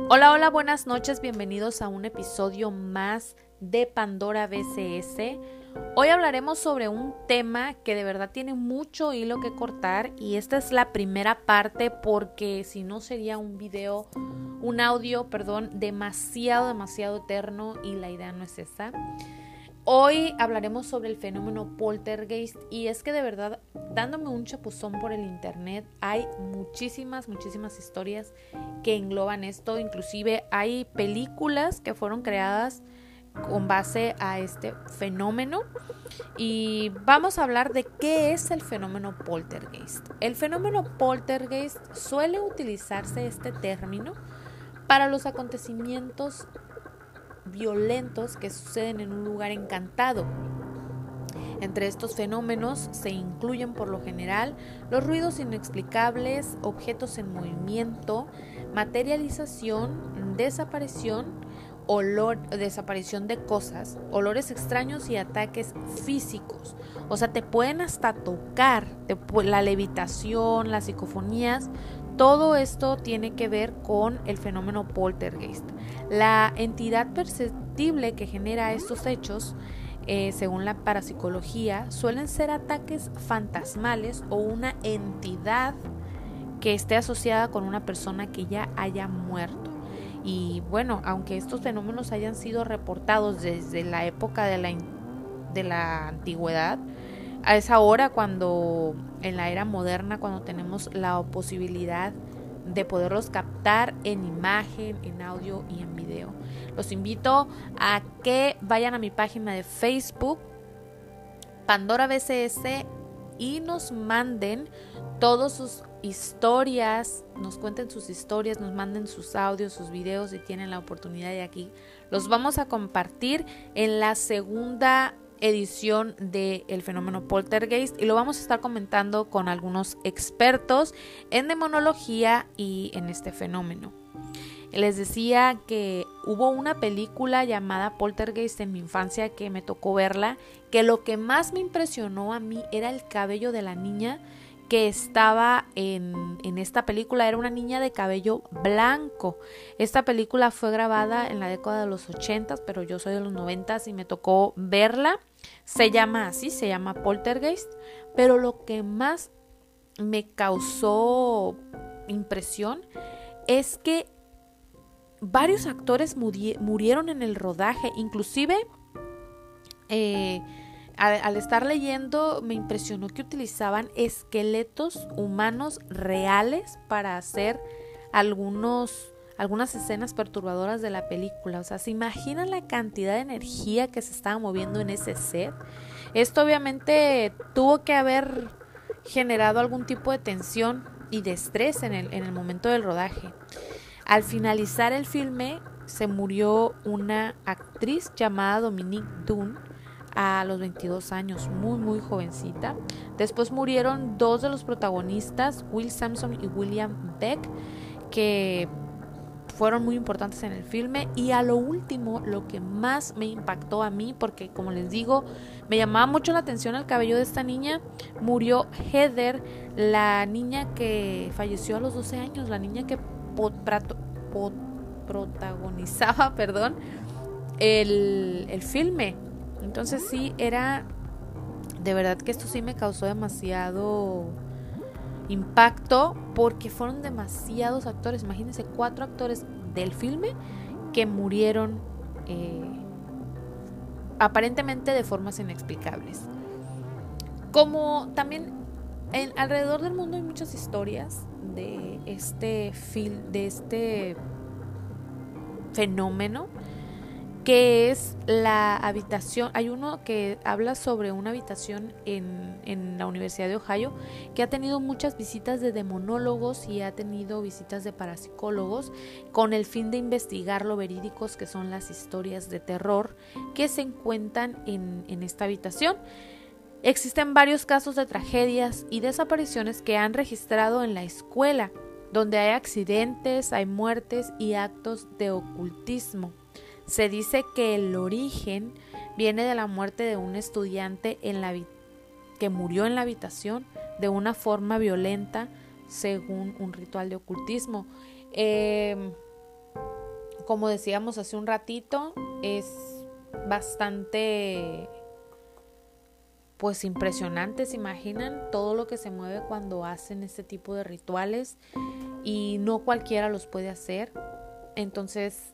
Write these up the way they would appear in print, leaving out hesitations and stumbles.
Hola, hola, buenas noches, bienvenidos a un episodio más de Pandora BCS. Hoy hablaremos sobre un tema que de verdad tiene mucho hilo que cortar y esta es la primera parte porque si no sería un audio, demasiado eterno y la idea no es esa. Hoy hablaremos sobre el fenómeno poltergeist y es que de verdad, dándome un chapuzón por el internet, hay muchísimas historias que engloban esto. Inclusive hay películas que fueron creadas con base a este fenómeno y vamos a hablar de qué es el fenómeno poltergeist. El fenómeno poltergeist suele utilizarse este término para los acontecimientos violentos que suceden en un lugar encantado. Entre estos fenómenos se incluyen por lo general los ruidos inexplicables, objetos en movimiento, materialización, desaparición de cosas, olores extraños y ataques físicos. O sea, te pueden hasta tocar, la levitación, las psicofonías. Todo esto tiene que ver con el fenómeno poltergeist. La entidad perceptible que genera estos hechos, según la parapsicología, suelen ser ataques fantasmales o una entidad que esté asociada con una persona que ya haya muerto. Y bueno, aunque estos fenómenos hayan sido reportados desde la época de la antigüedad, a esa hora cuando en la era moderna, cuando tenemos la posibilidad de poderlos captar en imagen, en audio y en video. Los invito a que vayan a mi página de Facebook, Pandora BCS, y nos manden todas sus historias, nos cuenten sus historias, nos manden sus audios, sus videos si tienen la oportunidad de aquí. Los vamos a compartir en la segunda edición del fenómeno poltergeist y lo vamos a estar comentando con algunos expertos en demonología y en este fenómeno. Les decía que hubo una película llamada Poltergeist en mi infancia que me tocó verla, que lo que más me impresionó a mí era el cabello de la niña que estaba en esta película. Era una niña de cabello blanco. Esta película fue grabada en la década de los 80, pero yo soy de los 90 y me tocó verla. Se llama Poltergeist, pero lo que más me causó impresión es que varios actores murieron en el rodaje. Inclusive al estar leyendo me impresionó que utilizaban esqueletos humanos reales para hacer algunas escenas perturbadoras de la película. O sea, ¿se imaginan la cantidad de energía que se estaba moviendo en ese set? Esto obviamente tuvo que haber generado algún tipo de tensión y de estrés en el momento del rodaje. Al finalizar el filme se murió una actriz llamada Dominique Dunne a los 22 años, muy jovencita. Después murieron dos de los protagonistas, Will Sampson y William Beck, que fueron muy importantes en el filme. Y a lo último, lo que más me impactó a mí, porque como les digo, me llamaba mucho la atención el cabello de esta niña, murió Heather, la niña que falleció a los 12 años, la niña que protagonizaba el filme. Entonces sí, era de verdad que esto sí me causó demasiado impacto porque fueron demasiados actores. Imagínense, 4 actores del filme que murieron aparentemente de formas inexplicables. Como también alrededor del mundo hay muchas historias de este fenómeno, que es la habitación. Hay uno que habla sobre una habitación en la Universidad de Ohio que ha tenido muchas visitas de demonólogos y ha tenido visitas de parapsicólogos con el fin de investigar lo verídicos que son las historias de terror que se encuentran en esta habitación. Existen varios casos de tragedias y desapariciones que han registrado en la escuela, donde hay accidentes, hay muertes y actos de ocultismo. Se dice que el origen viene de la muerte de un estudiante que murió en la habitación de una forma violenta según un ritual de ocultismo. como decíamos hace un ratito, es bastante pues impresionante. ¿Se imaginan todo lo que se mueve cuando hacen este tipo de rituales? Y no cualquiera los puede hacer. Entonces,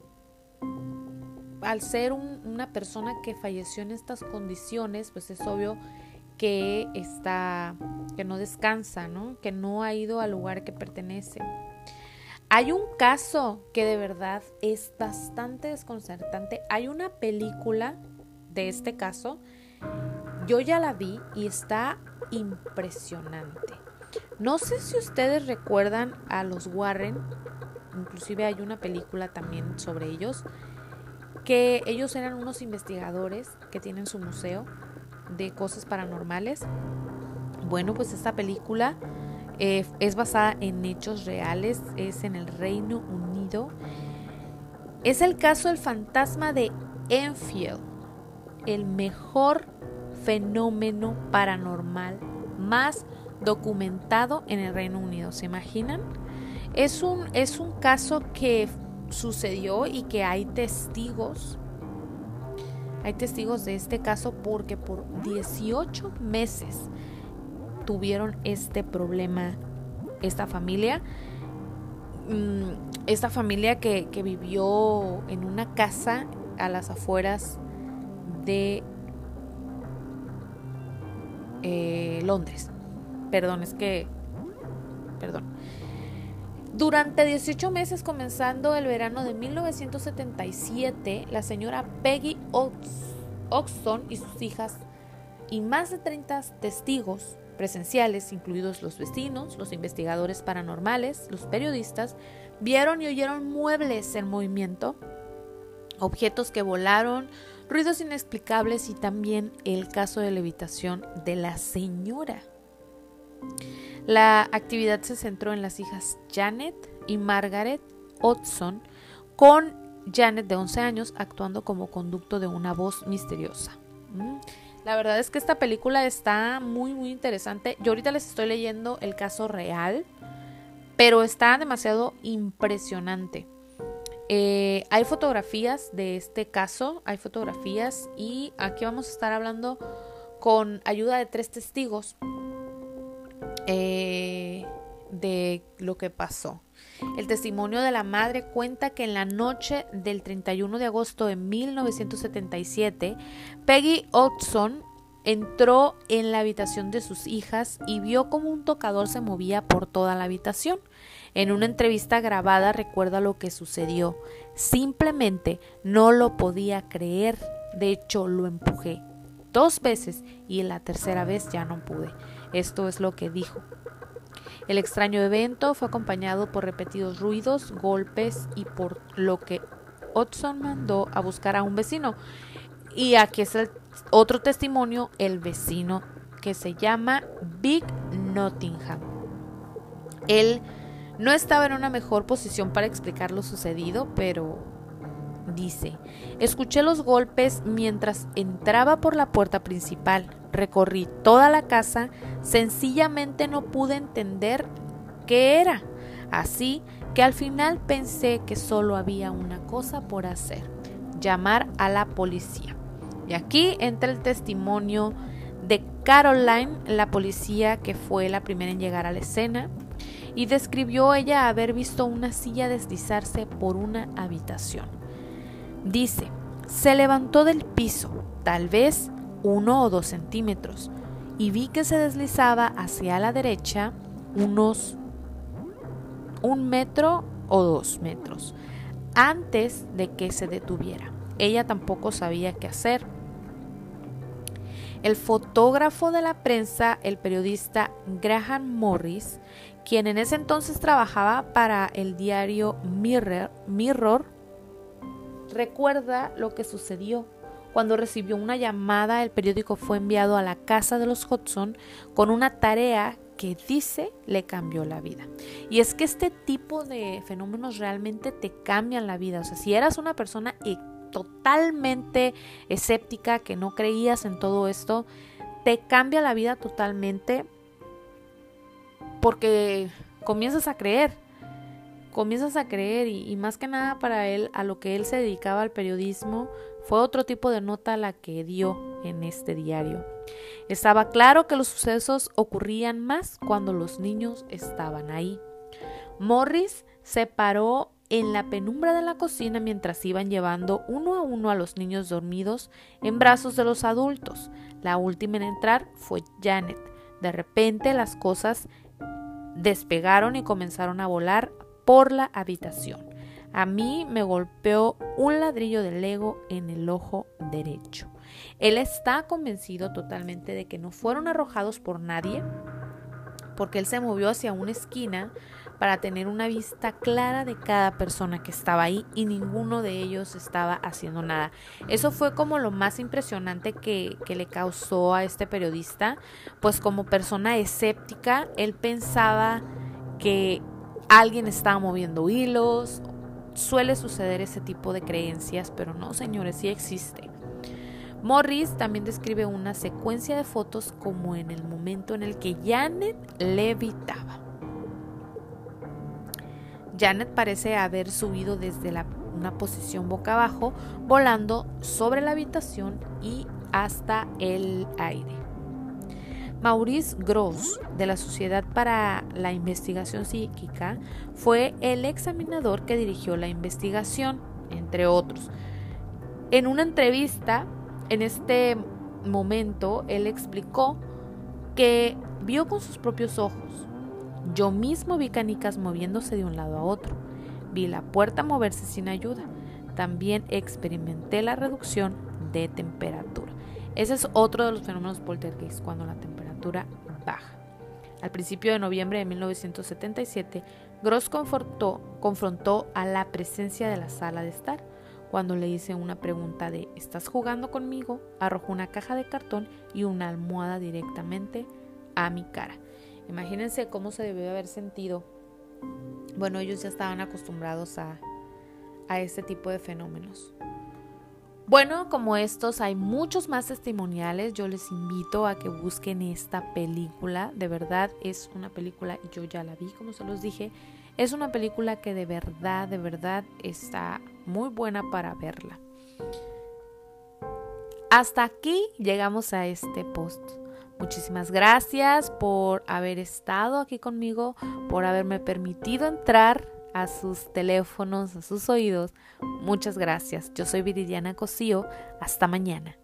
al ser una persona que falleció en estas condiciones, pues es obvio que no descansa, ¿no? Que no ha ido al lugar que pertenece. Hay un caso que de verdad es bastante desconcertante. Hay una película de este caso. Yo ya la vi y está impresionante. No sé si ustedes recuerdan a los Warren, inclusive hay una película también sobre ellos, que ellos eran unos investigadores que tienen su museo de cosas paranormales. Bueno, pues esta película es basada en hechos reales, es en el Reino Unido. Es el caso del fantasma de Enfield, el mejor fenómeno paranormal más documentado en el Reino Unido. ¿Se imaginan? Es un caso que sucedió y que hay testigos. Hay testigos de este caso porque por 18 meses tuvieron este problema esta familia. Esta familia que vivió en una casa a las afueras de Londres. Durante 18 meses, comenzando el verano de 1977, la señora Peggy Oxton y sus hijas y más de 30 testigos presenciales, incluidos los vecinos, los investigadores paranormales, los periodistas, vieron y oyeron muebles en movimiento, objetos que volaron, ruidos inexplicables y también el caso de levitación de la señora. La actividad se centró en las hijas Janet y Margaret Hodgson, con Janet de 11 años actuando como conducto de una voz misteriosa. La verdad es que esta película está muy muy interesante. Yo ahorita les estoy leyendo el caso real, pero está demasiado impresionante. Hay fotografías de este caso, y aquí vamos a estar hablando con ayuda de 3 testigos de lo que pasó. El testimonio de la madre cuenta que en la noche del 31 de agosto de 1977, Peggy Hodgson entró en la habitación de sus hijas y vio cómo un tocador se movía por toda la habitación. En una entrevista grabada recuerda lo que sucedió. Simplemente no lo podía creer. De hecho, lo empujé 2 veces y en la tercera vez ya no pude. Esto es lo que dijo. El extraño evento fue acompañado por repetidos ruidos, golpes y por lo que Hodgson mandó a buscar a un vecino. Y aquí es el otro testimonio, el vecino que se llama Big Nottingham. Él no estaba en una mejor posición para explicar lo sucedido, pero dice: escuché los golpes mientras entraba por la puerta principal. Recorrí toda la casa, sencillamente no pude entender qué era. Así que al final pensé que solo había una cosa por hacer: llamar a la policía. Y aquí entra el testimonio de Caroline, la policía que fue la primera en llegar a la escena, y describió ella haber visto una silla deslizarse por una habitación. Dice: se levantó del piso, tal vez 1 o 2 centímetros, y vi que se deslizaba hacia la derecha unos 1 metro o 2 metros, antes de que se detuviera. Ella tampoco sabía qué hacer. El fotógrafo de la prensa, el periodista Graham Morris, quien en ese entonces trabajaba para el diario Mirror, recuerda lo que sucedió. Cuando recibió una llamada, el periódico fue enviado a la casa de los Hodgson con una tarea que dice le cambió la vida. Y es que este tipo de fenómenos realmente te cambian la vida. O sea, si eras una persona totalmente escéptica, que no creías en todo esto, te cambia la vida totalmente, porque comienzas a creer. comienzas a creer y más que nada para él, a lo que él se dedicaba al periodismo, fue otro tipo de nota la que dio en este diario. Estaba claro que los sucesos ocurrían más cuando los niños estaban ahí. Morris se paró en la penumbra de la cocina mientras iban llevando uno a uno a los niños dormidos en brazos de los adultos. La última en entrar fue Janet. De repente las cosas despegaron y comenzaron a volar por la habitación. A mí me golpeó un ladrillo de Lego en el ojo derecho. Él está convencido totalmente de que no fueron arrojados por nadie, porque él se movió hacia una esquina para tener una vista clara de cada persona que estaba ahí y ninguno de ellos estaba haciendo nada. Eso fue como lo más impresionante que le causó a este periodista, pues como persona escéptica, él pensaba que alguien estaba moviendo hilos. Suele suceder ese tipo de creencias, pero no, señores, sí existe. Morris también describe una secuencia de fotos como en el momento en el que Janet levitaba. Janet parece haber subido desde una posición boca abajo, volando sobre la habitación y hasta el aire. Maurice Gross, de la Sociedad para la Investigación Psíquica, fue el examinador que dirigió la investigación, entre otros. En una entrevista, en este momento, él explicó que vio con sus propios ojos. Yo mismo vi canicas moviéndose de un lado a otro. Vi la puerta moverse sin ayuda. También experimenté la reducción de temperatura. Ese es otro de los fenómenos poltergeist, cuando la temperatura baja. Al principio de noviembre de 1977, Gross confrontó a la presencia de la sala de estar. Cuando le hice una pregunta de ¿estás jugando conmigo?, arrojó una caja de cartón y una almohada directamente a mi cara. Imagínense cómo se debió haber sentido. Bueno, ellos ya estaban acostumbrados a este tipo de fenómenos. Bueno, como estos hay muchos más testimoniales. Yo les invito a que busquen esta película. De verdad es una película, yo ya la vi, como se los dije. Es una película que de verdad está muy buena para verla. Hasta aquí llegamos a este post. Muchísimas gracias por haber estado aquí conmigo, por haberme permitido entrar a sus teléfonos, a sus oídos. Muchas gracias. Yo soy Viridiana Cosío. Hasta mañana.